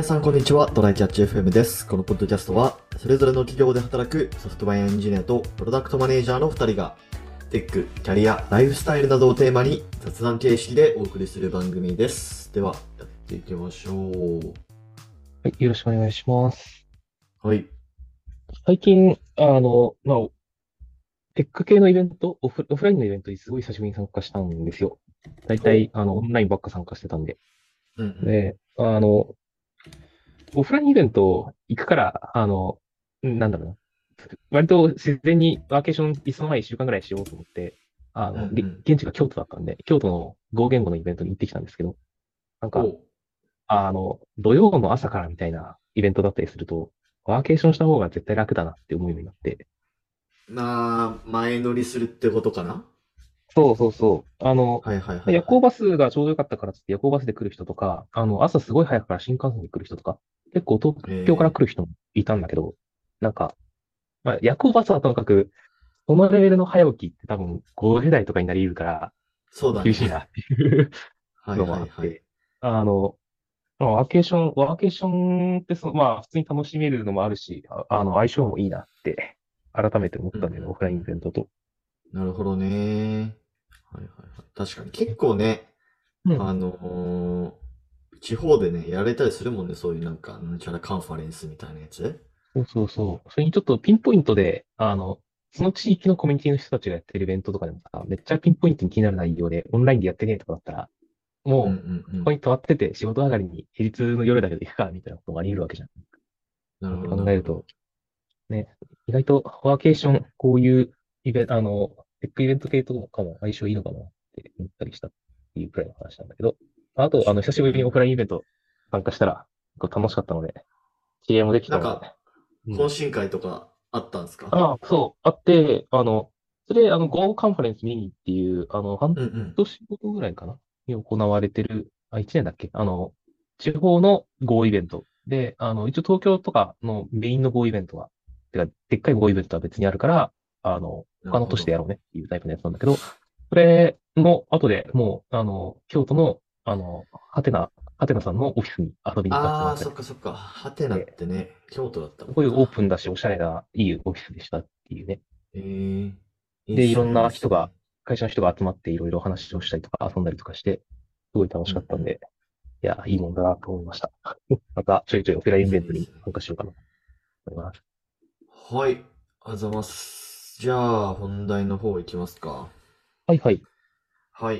皆さん、こんにちは。ドライキャッチ FM です。このポッドキャストは、それぞれの企業で働くソフトウェアエンジニアとプロダクトマネージャーの2人が、テック、キャリア、ライフスタイルなどをテーマに雑談形式でお送りする番組です。では、やっていきましょう。 はい、よろしくお願いします。 はい。 最近、テック系のイベント、オフラインのイベントにすごい久しぶりに参加したんですよ。大お、 体、オンラインばっか参加してたんで。 うんうん。 で、オフラインイベント行くから、なんだろうな。割と自然にワーケーションいつの間に1週間ぐらいしようと思って、 うんうん。 現地が京都だったんで、京都の合言語のイベントに行ってきたんですけど、なんか、 お、 土曜の朝からみたいなイベントだったりすると、ワーケーションした方が絶対楽だなって思うようになって、 前乗りするってことかな。 そうそうそう。 はいはいはい夜はい。 行バスがちょうどよかったからっつって夜行バスで来る人とか、朝すごい早くから新幹線で来る人とか、結構東京から来える人もいたんだけど、なんか、夜行バスはともかく、そのレベルの早起きって多分5時台とかになり得るから、 そうだね。 厳しいなっていうはいのもはいはい。 あって、ワーケーションって普通に楽しめるのもあるし、相性もいいなって、改めて思っうんうたんだよね、オフラインイんうん。 ベントと。 なるほどね。はいはいはい。確かに結構ね、 うん。 あのー地方でね、やれたりするもんね、そういうなんか、なんちゃらカンファレンスみたいなやつ。 そうそうそう。それにちょっとピンポイントで、その地域のコミュニティの人たちがやってるイベントとかでもさ、めっちゃピンポイントに気になる内容で、オンラインでやってねとかだったら、 うんうもう、ここんうん。 に泊まってて仕事上がりに平日の夜だけど行くか、みたいなこともあり得るわけじゃん。ってなるほど、なるほど。 考えると、ね、意外とワーケーション、こういうイベント、テックイベント系とかも相性いいのかなって思ったりしたっていうくらいの話なんだけど、あと、 確か久しぶりにオにね。 フラインイベント参加したら、結構楽しかったので、知り合いもできたので、 なんか、 うん。 懇親会とかあったんですか？ ああ、そう、あって、それ、Go カンファレンスミニっていう、半うんうん。 年ごとぐらいかなに行われてる、1年だっけ地方の Go イベント。で、一応東京とかのメインの Go イベントは、てか、でっかい Go イベントは別にあるから、他の都市でなるほど。 やろうねっていうタイプのやつなんだけど、それの後でもう、京都の、ハテナさんのオフィスに遊びに集まあー、 ったりそっかそっか。ハテナっして、 てね、京都だったすごいオーもんか。 プンだし、おしゃれな、いいオフィスでしたっていうね。 いいっで、いろんすね、いいっな人が、 すね。 会社の人が集まっていろいろ話をしたりとか遊んだりとかして、すごい楽うんうん。 しかったんで、いや、いいもんだなと思いました。またちょいちょいオペライいいっすね、 ンイベントにいいっすね。 参加しようかなと思います。 はい。ありがとうございます。じゃあ、本題の方いきますか。 はいはい。 はい。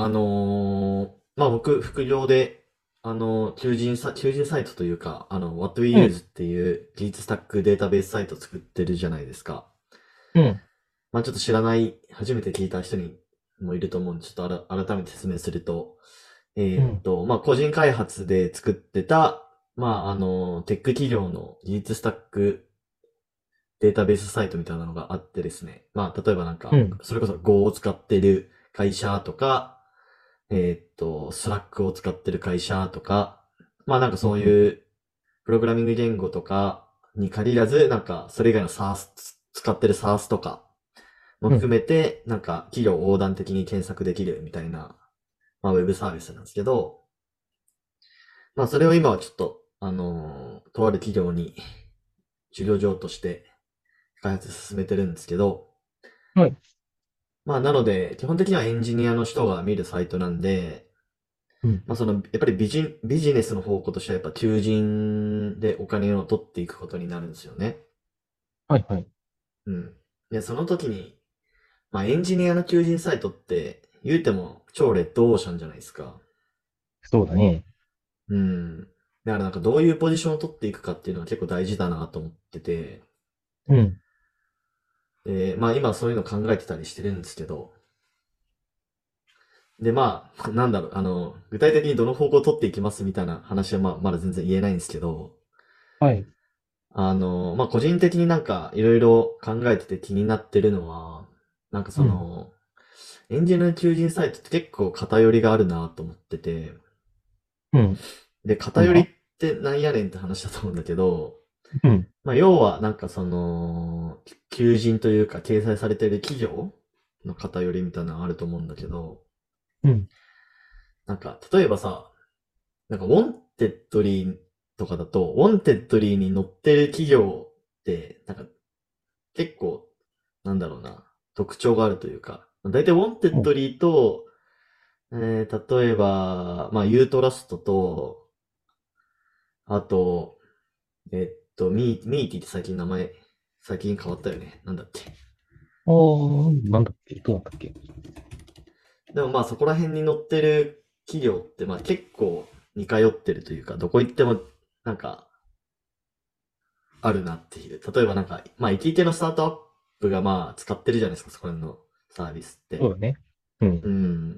僕、副業で、求人サイトというか、What We うん、 Use っていう技術スタックデータベースサイト作ってるじゃないですか。 うん、 ちょっと知らない、初めて聞いた人にもいると思うんで、ちょっと改めて説明すると、 うん、 個人開発で作ってた、テック企業の技術スタックデータベースサイトみたいなのがあってですね。例えばなんか、 うん、 それこそ Go を使ってる会社とか、スラックを使ってる会社とか、なんかうん、 そういうプログラミング言語とかに限らず、なんかそれ以外の SaaS、使ってる SaaS とかもうん、 含めて、なんか企業横断的に検索できるみたいな、ウェブサービスなんですけど、それを今はちょっと、とある企業に事業上として開発進めてるんですけど、 はい。 なので、基本的にはエンジニアの人が見るサイトなんで、 うん、 やっぱりビジネスの方向としてはやっぱ求人でお金を取っていくことになるんですよね。 はいはい。 うん。で、その時に、エンジニアの求人サイトって言うても超レッドオーシャンじゃないですか。 そうだね。 うん。だからなんかどういうポジションを取っていくかっていうのは結構大事だなと思ってて、 うん、 今そういうの考えてたりしてるんですけど、で、なんだろう、具体的にどの方向を取っていきますみたいな話はまだ全然言えないんですけど、 はい。 個人的になんかいろいろ考えてて気になってるのは、なんかうん、 エンジニアの求人サイトって結構偏りがあるなと思ってて、 うん。 で、 どんな偏りってなんやねんって話だと思うんだけど、 うん、 要はなんか求人というか掲載されている企業の偏りみたいなのあると思うんだけど、 うん、 なんか、例えばさ、なんか、ウォンテッドリーとかだと、ウォンテッドリーに載ってる企業って、なんか結構、なんだろうな、特徴があるというか、だいたいウォンテッドリーと、例えば、まあ、ユートラストと、あと、ミーティって最近名前、最近変わったよね。なんだっけ。 ああ、なんだっけどうだったっけ。 でもまあそこら辺に載ってる企業ってまあ結構似通ってるというか、どこ行ってもなんかあるなっていう。例えばなんか、まあイケイケのスタートアップがまあ使ってるじゃないですか、そこら辺のサービスって。 そうだね。うん。 うん。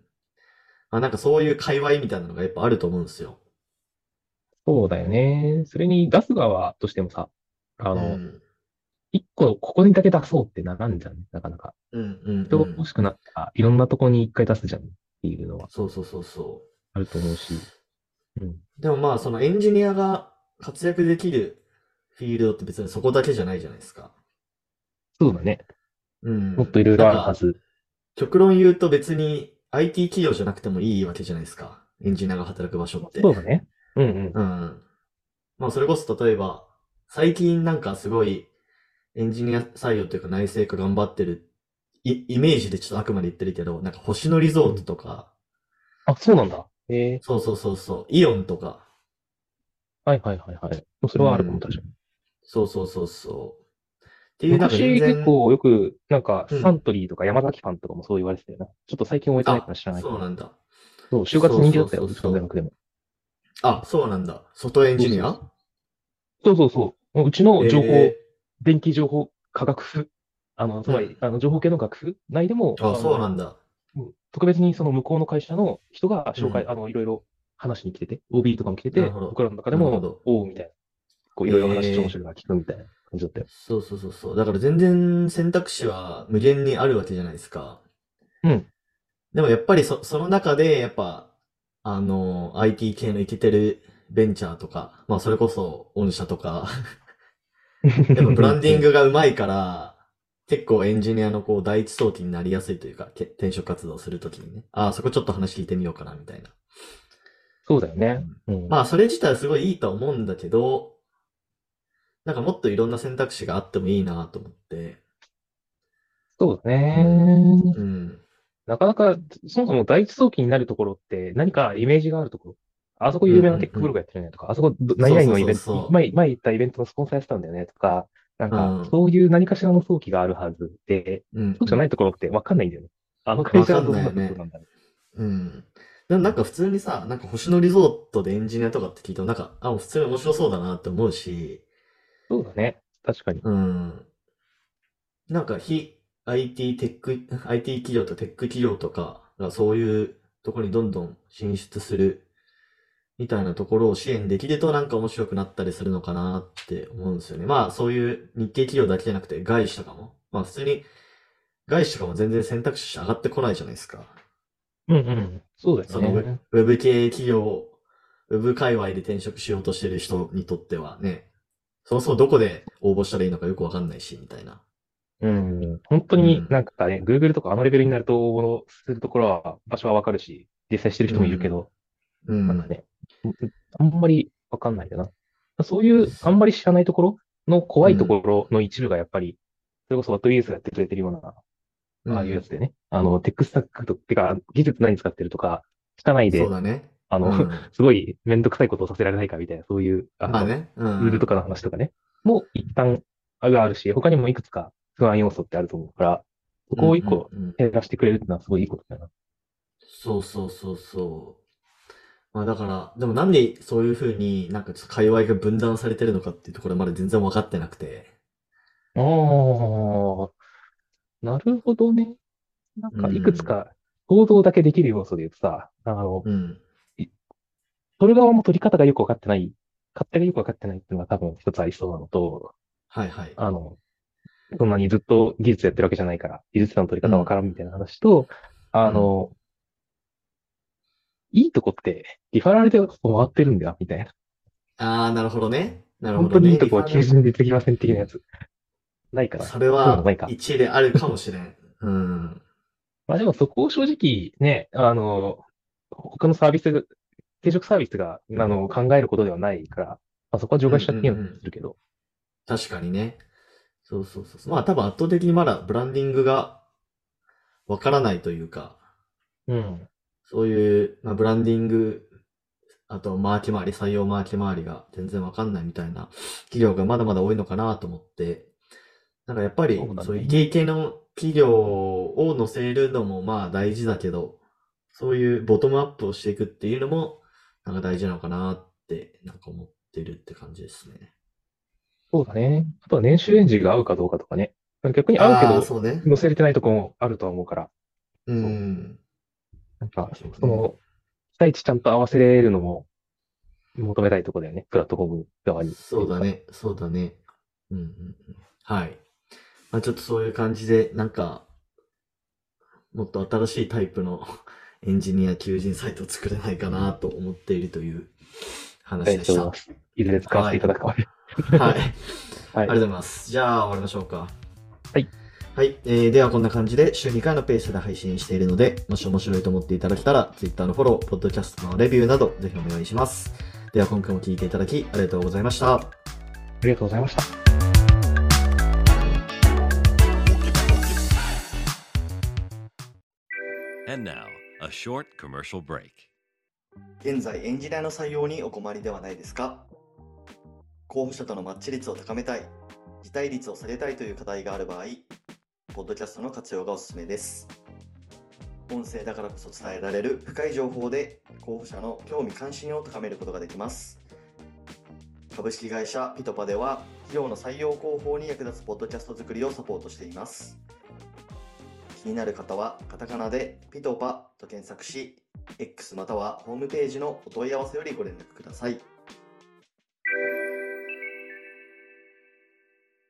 まあなんかそういう界隈みたいなのがやっぱあると思うんですよ。 そうだよね。それに出す側としてもさ、あの、 うん。 一個ここにだけ出そうってならんじゃん。なかなか。 うんうんう人が欲ん。 しくなったらいろんなとこに一回出すじゃんっていうのはそうそうそうそあると思うし。うん。 う。でもまあそのエンジニアが活躍できるフィールドって別にそこだけじゃないじゃないですか。 そうだね。 うん。 もっといろいろなんか、 あるはず。 極論言うと別に IT 企業じゃなくてもいいわけじゃないですか。エンジニアが働く場所って。 そうだね。うんうん。 うん。まあそれこそ例えば、最近なんかすごいエンジニア採用というか内製化頑張ってるイメージでちょっとあくまで言ってるけど、なんか星野リゾートうん。 とか、 あ、そうなんだ。ええ、 そうそうそうそう、イオンとか、 はいはいはいはい。それはあるかも、 うん。 確かに。 そうそうそうそう。っていうなんか全昔結然、 構よく、なんか、 うん。 サントリーとか山崎パンとかもそう言われてたよな。ちょっと最近終えてないかあ、 ら知らないけど。 そうなんだ。 そう、就活そうそう人気だったよ、うちのそうそう。 大学でも。 あ、そうなんだ。外エンジニア。 そうそうそう。そうそうそう。うちのえ電気情報科学部、つうん。 まり、情報系の学部内でも、 あ、そうなんだ。 特別にその向こうの会社の人が紹介、 うん。 いろいろ話しに来てて、OB とかも来てて、 なるほど。 僕らの中でも、 なるほど。 おう、みたいな。こう、いろいろ話して面白いええ、 から聞くみたいな感じだったよ。 そうそうそうそう。だから全然選択肢は無限にあるわけじゃないですか。 うん。 でもやっぱりその中で、やっぱ、IT 系のイケてるベンチャーとか、まあそれこそ御社とか、やっぱブランディンうん。 グがうまいから、結構エンジニアのこう第一早期になりやすいというか、転職活動するときにね。ああ、そこちょっと話聞いてみようかな、みたいな。 そうだよね。 うん。 うん。 まあそれ自体はすごいいいとは思うんだけど、なんかもっといろんな選択肢があってもいいなと思って。 そうだうん。 ね。 うん。 なかなか、そもそも第一早期になるところって何かイメージがあるところ。あそこうんう有名なテッんうん。 クブログやってるねとか、あそこ何そうそうそう 々のイベント、 そ前行ったイベントのスポンサーやってたんだよねとか、なんう。うか、 ん。 そういう何かしらの早期があるはずで、 うんうん。 そうじゃないところってわかんないんだよね。あの会わかん社はどんなところないよね。 なんだろうん。でもう。うん。 なんか普通にさ、なんか星野リゾートでエンジニアとかって聞いてもなんか、あ、普通に面白そうだなって思うし、 そうだね。確かに。 うん。なんか非 IT テック、IT 企業とテック企業とかがそういうところにどんどん進出するみたいなところを支援できるとなんか面白くなったりするのかなって思うんですよね。まあそういう日系企業だけじゃなくて外資とかも。まあ普通に外資とかも全然選択肢上がってこないじゃないですか。 うんうん。そうだよそのね。 ウェブ系企業、ウェブ界隈で転職しようとしてる人にとってはね、そもそもどこで応募したらいいのかよくわかんないし、みたいな。 うん。本当にうん。 なんかね、Google とかあのレベルになると応募するところは場所はわかるし、実際してる人もいるけうん。 ど、 うん。 なんかね、あんまりわかんないよな。そういう、あんまり知らないところの怖いとうん。 ころの一部がやっぱり、それこそ WhatWheels がやってくれてるような、ああいうやうん。 つでね、テックスタックと、てか、技術何使ってるとか、聞かないで、 そうだね。 あの、 うん。 すごいめんどくさいことをさせられないかみたいな、そういう、 まあね。うん。 ツールとかの話とかね、もう一旦あるし、他にもいくつか不安要素ってあると思うから、そうん。うん。 こを一個うん。 減らしてくれるってのはすごいいいことだな。 そうそうそうそう。まあだから、でもなんでそういう風になんかちょっと界隈が分断されてるのかっていうところはまだ全然分かってなくて。 ああ、なるほどね。なんうか、いくつん。 か、行動だけできる要素で言うとさ、 うん。 い取る側も取り方がよくわかってない、勝手がよくわかってないっていうのが多分一つありそうなのと、 はいはい。 あの、そんなにずっと技術やってるわけじゃないから、技術者の取りうん。 方わからんみたいな話と、 うん。 あの、いいとこってリファラルで回ってるんだよ、みたいな。 ああ、なるほどね。なるほ本当にいいどね。 とこは求リファラル。 人でできません的なやつ。ないかな。 それはそういうのないか。 一理あるかもしれん。うん。 まあでもそこを正直ね、他のサービス、定食サービスが、考えることではないから、 そこは除うんう外しちゃっていいのかんうん。 もするけど。 確かにね。そうそうそうそう。まあ多分圧倒的にまだブランディングがわからないというか、 うん。 そういう、まあ、ブランディング、あとマーケ回り、採用マーケ回りが全然わかんないみたいな企業がまだまだ多いのかなと思って、なんかやっぱりそういうイそうだね。 ケイケの企業を乗せるのもまあ大事だけど、そういうボトムアップをしていくっていうのもなんか大事なのかなってなんか思ってるって感じですね。 そうだね。あとは年収レンジが合うかどうかとかね。逆に合うけああ、 ど、 そうね。 乗せれてないとこもあるとは思うから。 うそう。 ん。 なんか、 そうね。 その、期待値ちゃんと合わせれるのも求めたいところだよね。プラットフォーム側にっていうか。 そうだね。そうだね。うんうんうん。はい。まあちょっとそういう感じで、なんか、もっと新しいタイプのエンジニア求人サイトを作れないかなと思っているという期話でした。 待しております。いずれ使わせはい。 ていただくまで。 はい。ありはい。 がとうございます。じゃあ終わりましょうか。 はい。 はい。ではこんな感じで週2回のペースで配信しているので、もし面白いと思っていただけたら、Twitter のフォロー、ポッドキャストのレビューなど、ぜひお願いします。では今回も聞いていただきありがとうございました。 ありがとうございました。 And now, a short commercial break. 現在エンジニアの採用にお困りではないですか？候補者とのマッチ率を高めたい、辞退率を下げたいという課題がある場合、ポッドキャストの活用がおすすめです。音声だからこそ伝えられる深い情報で候補者の興味関心を高めることができます。株式会社ピトパでは企業の採用広報に役立つポッドキャスト作りをサポートしています。気になる方はカタカナでピトパと検索し、X またはホームページのお問い合わせよりご連絡ください。